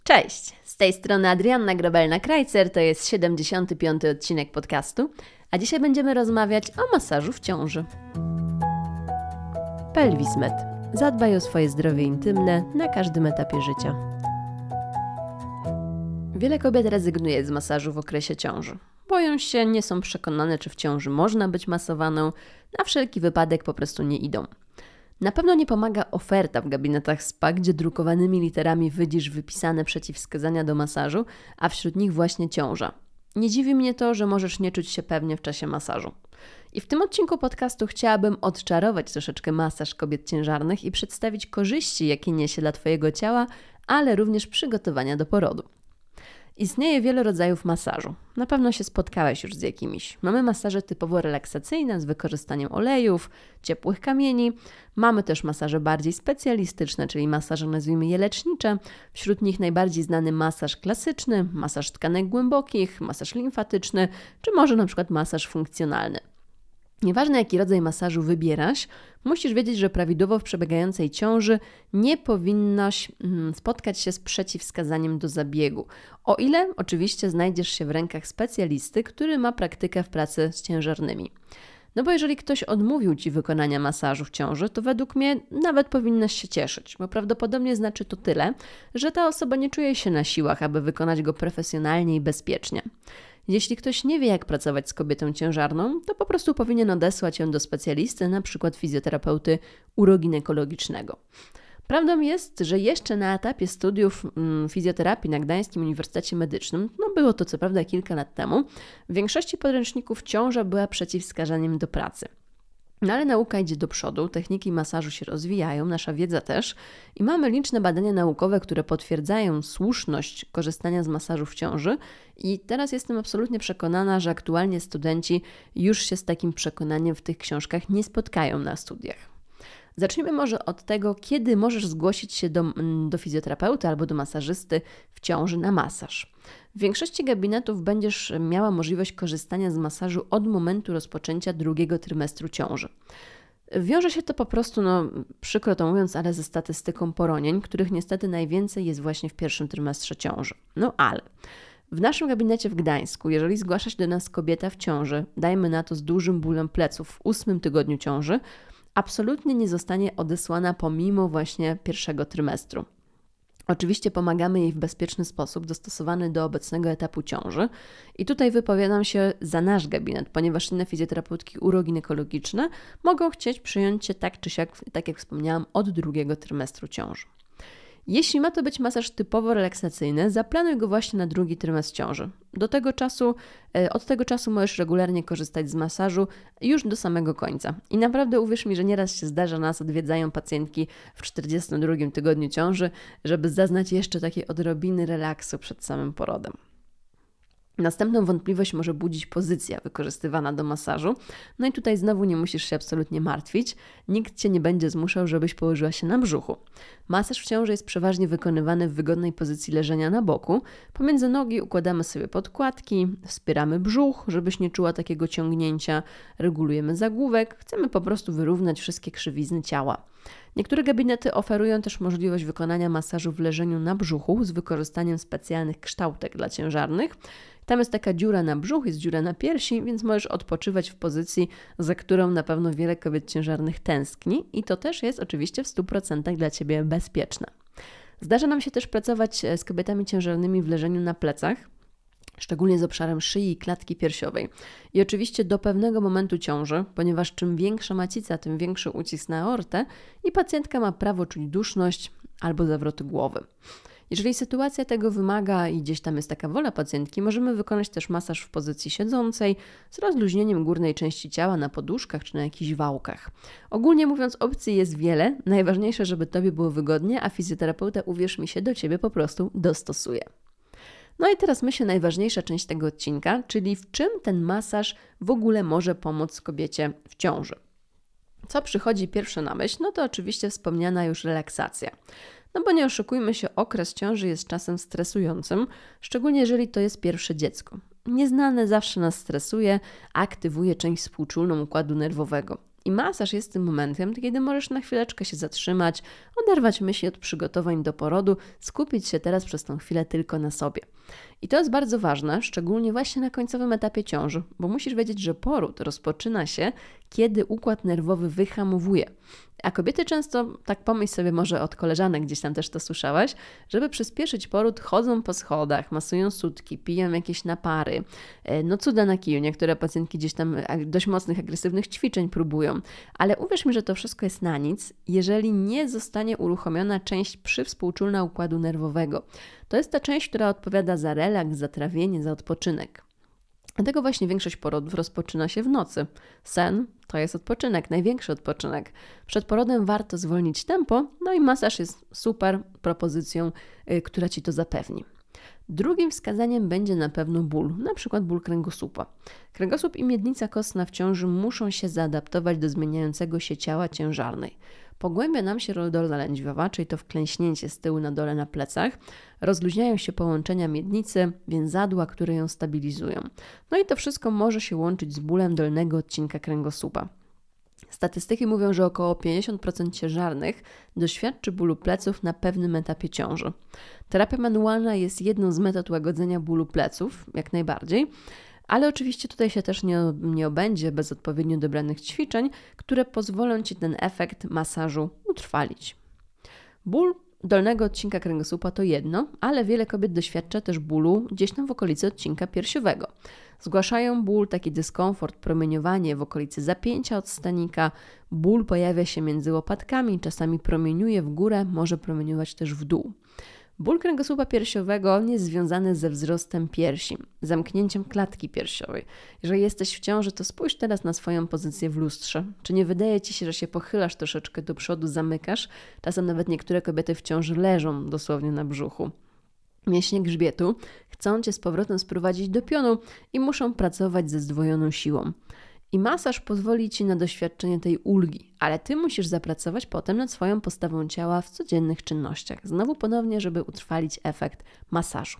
Cześć, z tej strony Adrianna Grobelna-Krajcer, to jest 75. odcinek podcastu, a dzisiaj będziemy rozmawiać o masażu w ciąży. Pelwismed. Zadbaj o swoje zdrowie intymne na każdym etapie życia. Wiele kobiet rezygnuje z masażu w okresie ciąży. Boją się, nie są przekonane, czy w ciąży można być masowaną, na wszelki wypadek po prostu nie idą. Na pewno nie pomaga oferta w gabinetach spa, gdzie drukowanymi literami widzisz wypisane przeciwwskazania do masażu, a wśród nich właśnie ciąża. Nie dziwi mnie to, że możesz nie czuć się pewnie w czasie masażu. I w tym odcinku podcastu chciałabym odczarować troszeczkę masaż kobiet ciężarnych i przedstawić korzyści, jakie niesie dla Twojego ciała, ale również przygotowania do porodu. Istnieje wiele rodzajów masażu. Na pewno się spotkałeś już z jakimiś. Mamy masaże typowo relaksacyjne z wykorzystaniem olejów, ciepłych kamieni. Mamy też masaże bardziej specjalistyczne, czyli masaże nazwijmy je lecznicze. Wśród nich najbardziej znany masaż klasyczny, masaż tkanek głębokich, masaż limfatyczny, czy może na przykład masaż funkcjonalny. Nieważne jaki rodzaj masażu wybierasz, musisz wiedzieć, że prawidłowo w przebiegającej ciąży nie powinnaś spotkać się z przeciwwskazaniem do zabiegu. O ile oczywiście znajdziesz się w rękach specjalisty, który ma praktykę w pracy z ciężarnymi. No bo jeżeli ktoś odmówił Ci wykonania masażu w ciąży, to według mnie nawet powinnaś się cieszyć, bo prawdopodobnie znaczy to tyle, że ta osoba nie czuje się na siłach, aby wykonać go profesjonalnie i bezpiecznie. Jeśli ktoś nie wie, jak pracować z kobietą ciężarną, to po prostu powinien odesłać ją do specjalisty, np. fizjoterapeuty uroginekologicznego. Prawdą jest, że jeszcze na etapie studiów fizjoterapii na Gdańskim Uniwersytecie Medycznym, było to co prawda kilka lat temu, w większości podręczników ciąża była przeciwwskazaniem do pracy. No ale nauka idzie do przodu, techniki masażu się rozwijają, nasza wiedza też i mamy liczne badania naukowe, które potwierdzają słuszność korzystania z masażu w ciąży i teraz jestem absolutnie przekonana, że aktualnie studenci już się z takim przekonaniem w tych książkach nie spotkają na studiach. Zacznijmy może od tego, kiedy możesz zgłosić się do fizjoterapeuty albo do masażysty w ciąży na masaż. W większości gabinetów będziesz miała możliwość korzystania z masażu od momentu rozpoczęcia drugiego trymestru ciąży. Wiąże się to po prostu, przykro to mówiąc, ale ze statystyką poronień, których niestety najwięcej jest właśnie w pierwszym trymestrze ciąży. Ale w naszym gabinecie w Gdańsku, jeżeli zgłasza się do nas kobieta w ciąży, dajmy na to z dużym bólem pleców w 8 tygodniu ciąży, absolutnie nie zostanie odesłana pomimo właśnie pierwszego trymestru. Oczywiście pomagamy jej w bezpieczny sposób, dostosowany do obecnego etapu ciąży i tutaj wypowiadam się za nasz gabinet, ponieważ inne fizjoterapeutki uroginekologiczne mogą chcieć przyjąć Cię tak czy siak, tak jak wspomniałam, od drugiego trymestru ciąży. Jeśli ma to być masaż typowo relaksacyjny, zaplanuj go właśnie na drugi trymestr ciąży. Od tego czasu możesz regularnie korzystać z masażu już do samego końca. I naprawdę uwierz mi, że nieraz się zdarza, nas odwiedzają pacjentki w 42 tygodniu ciąży, żeby zaznać jeszcze takiej odrobiny relaksu przed samym porodem. Następną wątpliwość może budzić pozycja wykorzystywana do masażu. No i tutaj znowu nie musisz się absolutnie martwić. Nikt Cię nie będzie zmuszał, żebyś położyła się na brzuchu. Masaż w ciąży jest przeważnie wykonywany w wygodnej pozycji leżenia na boku. Pomiędzy nogi układamy sobie podkładki, wspieramy brzuch, żebyś nie czuła takiego ciągnięcia, regulujemy zagłówek. Chcemy po prostu wyrównać wszystkie krzywizny ciała. Niektóre gabinety oferują też możliwość wykonania masażu w leżeniu na brzuchu z wykorzystaniem specjalnych kształtek dla ciężarnych. Tam jest taka dziura na brzuch, jest dziura na piersi, więc możesz odpoczywać w pozycji, za którą na pewno wiele kobiet ciężarnych tęskni i to też jest oczywiście w 100% dla Ciebie bezpieczne. Zdarza nam się też pracować z kobietami ciężarnymi w leżeniu na plecach, szczególnie z obszarem szyi i klatki piersiowej. I oczywiście do pewnego momentu ciąży, ponieważ czym większa macica, tym większy ucisk na aortę i pacjentka ma prawo czuć duszność albo zawroty głowy. Jeżeli sytuacja tego wymaga i gdzieś tam jest taka wola pacjentki, możemy wykonać też masaż w pozycji siedzącej z rozluźnieniem górnej części ciała na poduszkach czy na jakichś wałkach. Ogólnie mówiąc, opcji jest wiele. Najważniejsze, żeby Tobie było wygodnie, a fizjoterapeuta, uwierz mi, się do Ciebie po prostu dostosuje. No i teraz myślę najważniejsza część tego odcinka, czyli w czym ten masaż w ogóle może pomóc kobiecie w ciąży. Co przychodzi pierwsze na myśl? To oczywiście wspomniana już relaksacja. Bo nie oszukujmy się, okres ciąży jest czasem stresującym, szczególnie jeżeli to jest pierwsze dziecko. Nieznane zawsze nas stresuje, aktywuje część współczulną układu nerwowego. I masaż jest tym momentem, kiedy możesz na chwileczkę się zatrzymać, oderwać myśli od przygotowań do porodu, skupić się teraz przez tą chwilę tylko na sobie. I to jest bardzo ważne, szczególnie właśnie na końcowym etapie ciąży, bo musisz wiedzieć, że poród rozpoczyna się, kiedy układ nerwowy wyhamowuje. A kobiety często, tak pomyśl sobie może od koleżanek, gdzieś tam też to słyszałaś, żeby przyspieszyć poród, chodzą po schodach, masują sutki, piją jakieś napary, no cuda na kiju. Niektóre pacjentki gdzieś tam dość mocnych, agresywnych ćwiczeń próbują. Ale uwierz mi, że to wszystko jest na nic, jeżeli nie zostanie uruchomiona część przywspółczulna układu nerwowego. To jest ta część, która odpowiada za relaks, za trawienie, za odpoczynek. Dlatego właśnie większość porodów rozpoczyna się w nocy. Sen to jest odpoczynek, największy odpoczynek. Przed porodem warto zwolnić tempo, no i masaż jest super propozycją, która Ci to zapewni. Drugim wskazaniem będzie na pewno ból, na przykład ból kręgosłupa. Kręgosłup i miednica kostna w ciąży muszą się zaadaptować do zmieniającego się ciała ciężarnej. Pogłębia nam się dolna lędźwiowa, czyli to wklęśnięcie z tyłu na dole na plecach. Rozluźniają się połączenia miednicy, więzadła, które ją stabilizują. No i to wszystko może się łączyć z bólem dolnego odcinka kręgosłupa. Statystyki mówią, że około 50% ciężarnych doświadczy bólu pleców na pewnym etapie ciąży. Terapia manualna jest jedną z metod łagodzenia bólu pleców, jak najbardziej, ale oczywiście tutaj się też nie obędzie bez odpowiednio dobranych ćwiczeń, które pozwolą Ci ten efekt masażu utrwalić. Ból dolnego odcinka kręgosłupa to jedno, ale wiele kobiet doświadcza też bólu gdzieś tam w okolicy odcinka piersiowego. Zgłaszają ból, taki dyskomfort, promieniowanie w okolicy zapięcia od stanika. Ból pojawia się między łopatkami, czasami promieniuje w górę, może promieniować też w dół. Ból kręgosłupa piersiowego jest związany ze wzrostem piersi, zamknięciem klatki piersiowej. Jeżeli jesteś w ciąży, to spójrz teraz na swoją pozycję w lustrze. Czy nie wydaje Ci się, że się pochylasz troszeczkę do przodu, zamykasz? Czasem nawet niektóre kobiety w ciąży leżą dosłownie na brzuchu. Mięśnie grzbietu chcą Cię z powrotem sprowadzić do pionu i muszą pracować ze zdwojoną siłą. I masaż pozwoli Ci na doświadczenie tej ulgi, ale Ty musisz zapracować potem nad swoją postawą ciała w codziennych czynnościach. Znowu ponownie, żeby utrwalić efekt masażu.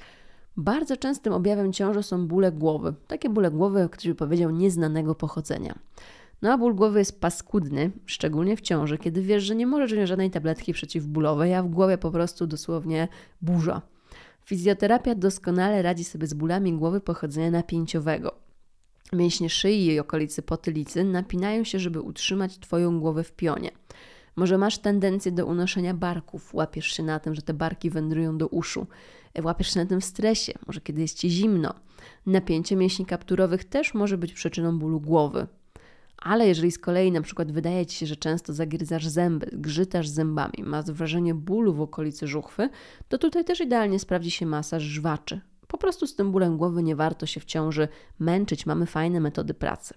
Bardzo częstym objawem ciąży są bóle głowy. Takie bóle głowy, ktoś by powiedział, nieznanego pochodzenia. No a ból głowy jest paskudny, szczególnie w ciąży, kiedy wiesz, że nie możesz wziąć żadnej tabletki przeciwbólowej, a w głowie po prostu dosłownie burza. Fizjoterapia doskonale radzi sobie z bólami głowy pochodzenia napięciowego. Mięśnie szyi i okolicy potylicy napinają się, żeby utrzymać Twoją głowę w pionie. Może masz tendencję do unoszenia barków, łapiesz się na tym, że te barki wędrują do uszu. Łapiesz się na tym w stresie, może kiedy jest Ci zimno. Napięcie mięśni kapturowych też może być przyczyną bólu głowy. Ale jeżeli z kolei na przykład wydaje Ci się, że często zagryzasz zęby, grzytasz zębami, masz wrażenie bólu w okolicy żuchwy, to tutaj też idealnie sprawdzi się masaż żwaczy. Po prostu z tym bólem głowy nie warto się w ciąży męczyć, mamy fajne metody pracy.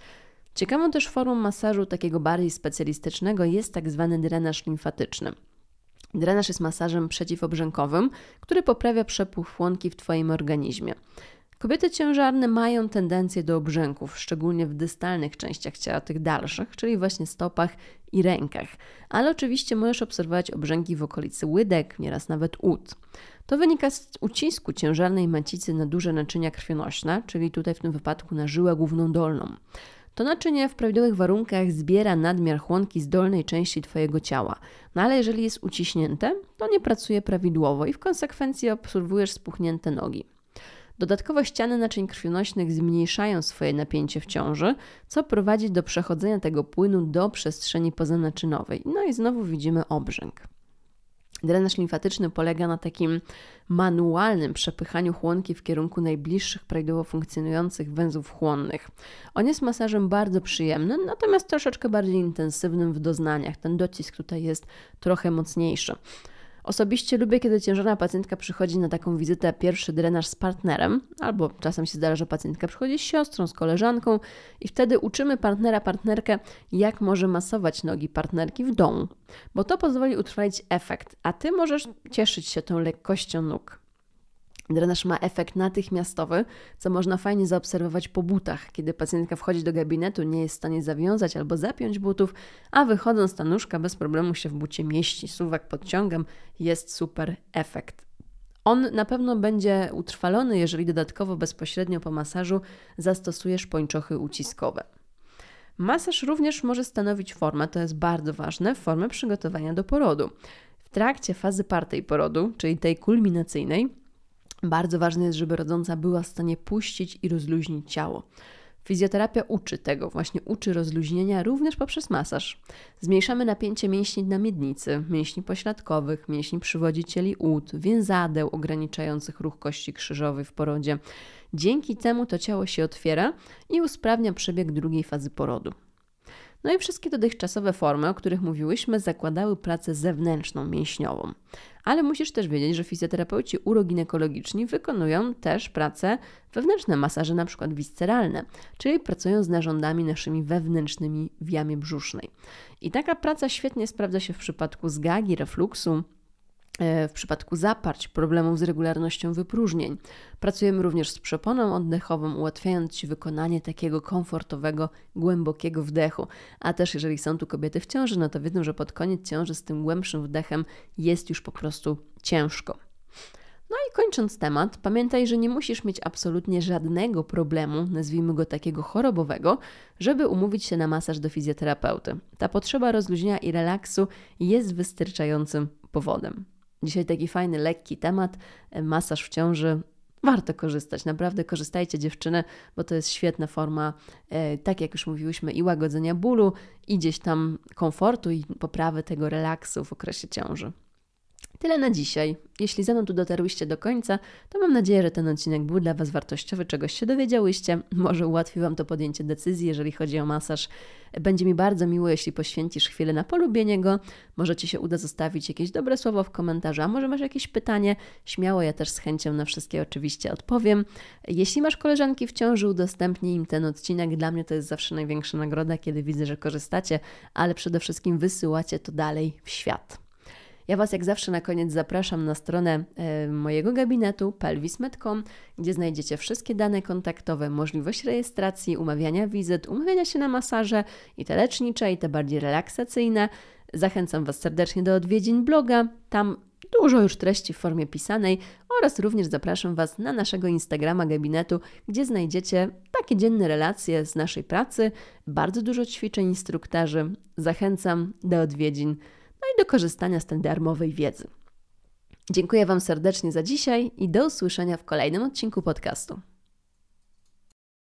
Ciekawą też formą masażu takiego bardziej specjalistycznego jest tak zwany drenaż limfatyczny. Drenaż jest masażem przeciwobrzękowym, który poprawia przepływ chłonki w Twoim organizmie. Kobiety ciężarne mają tendencję do obrzęków, szczególnie w dystalnych częściach ciała, tych dalszych, czyli właśnie stopach i rękach. Ale oczywiście możesz obserwować obrzęki w okolicy łydek, nieraz nawet ud. To wynika z ucisku ciężarnej macicy na duże naczynia krwionośne, czyli tutaj w tym wypadku na żyłę główną dolną. To naczynie w prawidłowych warunkach zbiera nadmiar chłonki z dolnej części Twojego ciała, no ale jeżeli jest uciśnięte, to nie pracuje prawidłowo i w konsekwencji obserwujesz spuchnięte nogi. Dodatkowo ściany naczyń krwionośnych zmniejszają swoje napięcie w ciąży, co prowadzi do przechodzenia tego płynu do przestrzeni pozanaczynowej. No i znowu widzimy obrzęk. Drenaż limfatyczny polega na takim manualnym przepychaniu chłonki w kierunku najbliższych prawidłowo funkcjonujących węzłów chłonnych. On jest masażem bardzo przyjemnym, natomiast troszeczkę bardziej intensywnym w doznaniach. Ten docisk tutaj jest trochę mocniejszy. Osobiście lubię, kiedy ciężarna pacjentka przychodzi na taką wizytę pierwszy drenaż z partnerem, albo czasem się zdarza, że pacjentka przychodzi z siostrą, z koleżanką i wtedy uczymy partnerkę, jak może masować nogi partnerki w domu, bo to pozwoli utrwalić efekt, a Ty możesz cieszyć się tą lekkością nóg. Drenaż ma efekt natychmiastowy, co można fajnie zaobserwować po butach. Kiedy pacjentka wchodzi do gabinetu, nie jest w stanie zawiązać albo zapiąć butów, a wychodząc ta nóżka bez problemu się w bucie mieści. Suwak podciągam, jest super efekt. On na pewno będzie utrwalony, jeżeli dodatkowo bezpośrednio po masażu zastosujesz pończochy uciskowe. Masaż również może stanowić formę, to jest bardzo ważne, formę przygotowania do porodu. W trakcie fazy partej porodu, czyli tej kulminacyjnej, bardzo ważne jest, żeby rodząca była w stanie puścić i rozluźnić ciało. Fizjoterapia uczy tego, właśnie uczy rozluźnienia również poprzez masaż. Zmniejszamy napięcie mięśni na miednicy, mięśni pośladkowych, mięśni przywodzicieli ud, więzadeł ograniczających ruch kości krzyżowej w porodzie. Dzięki temu to ciało się otwiera i usprawnia przebieg drugiej fazy porodu. No i wszystkie dotychczasowe formy, o których mówiłyśmy, zakładały pracę zewnętrzną, mięśniową. Ale musisz też wiedzieć, że fizjoterapeuci uroginekologiczni wykonują też pracę wewnętrzne, masaże na przykład visceralne, czyli pracują z narządami naszymi wewnętrznymi w jamie brzusznej. I taka praca świetnie sprawdza się w przypadku zgagi, refluksu, w przypadku zaparć, problemów z regularnością wypróżnień. Pracujemy również z przeponą oddechową, ułatwiając Ci wykonanie takiego komfortowego, głębokiego wdechu. A też jeżeli są tu kobiety w ciąży, no to wiedzą, że pod koniec ciąży z tym głębszym wdechem jest już po prostu ciężko. No i kończąc temat, pamiętaj, że nie musisz mieć absolutnie żadnego problemu, nazwijmy go takiego chorobowego, żeby umówić się na masaż do fizjoterapeuty. Ta potrzeba rozluźnienia i relaksu jest wystarczającym powodem. Dzisiaj taki fajny, lekki temat, masaż w ciąży. Warto korzystać, naprawdę korzystajcie dziewczyny, bo to jest świetna forma, tak jak już mówiłyśmy, i łagodzenia bólu, i gdzieś tam komfortu i poprawy tego relaksu w okresie ciąży. Tyle na dzisiaj. Jeśli ze mną tu dotarłyście do końca, to mam nadzieję, że ten odcinek był dla Was wartościowy, czegoś się dowiedziałyście. Może ułatwi Wam to podjęcie decyzji, jeżeli chodzi o masaż. Będzie mi bardzo miło, jeśli poświęcisz chwilę na polubienie go. Może Ci się uda zostawić jakieś dobre słowo w komentarzu, a może masz jakieś pytanie? Śmiało, ja też z chęcią na wszystkie oczywiście odpowiem. Jeśli masz koleżanki w ciąży, udostępnij im ten odcinek. Dla mnie to jest zawsze największa nagroda, kiedy widzę, że korzystacie, ale przede wszystkim wysyłacie to dalej w świat. Ja Was jak zawsze na koniec zapraszam na stronę mojego gabinetu pelvis.med.com, gdzie znajdziecie wszystkie dane kontaktowe, możliwość rejestracji, umawiania wizyt, umawiania się na masaże i te lecznicze, i te bardziej relaksacyjne. Zachęcam Was serdecznie do odwiedzin bloga, tam dużo już treści w formie pisanej oraz również zapraszam Was na naszego Instagrama gabinetu, gdzie znajdziecie takie dzienne relacje z naszej pracy, bardzo dużo ćwiczeń instruktarzy. Zachęcam do odwiedzin. No i do korzystania z tej darmowej wiedzy. Dziękuję Wam serdecznie za dzisiaj i do usłyszenia w kolejnym odcinku podcastu.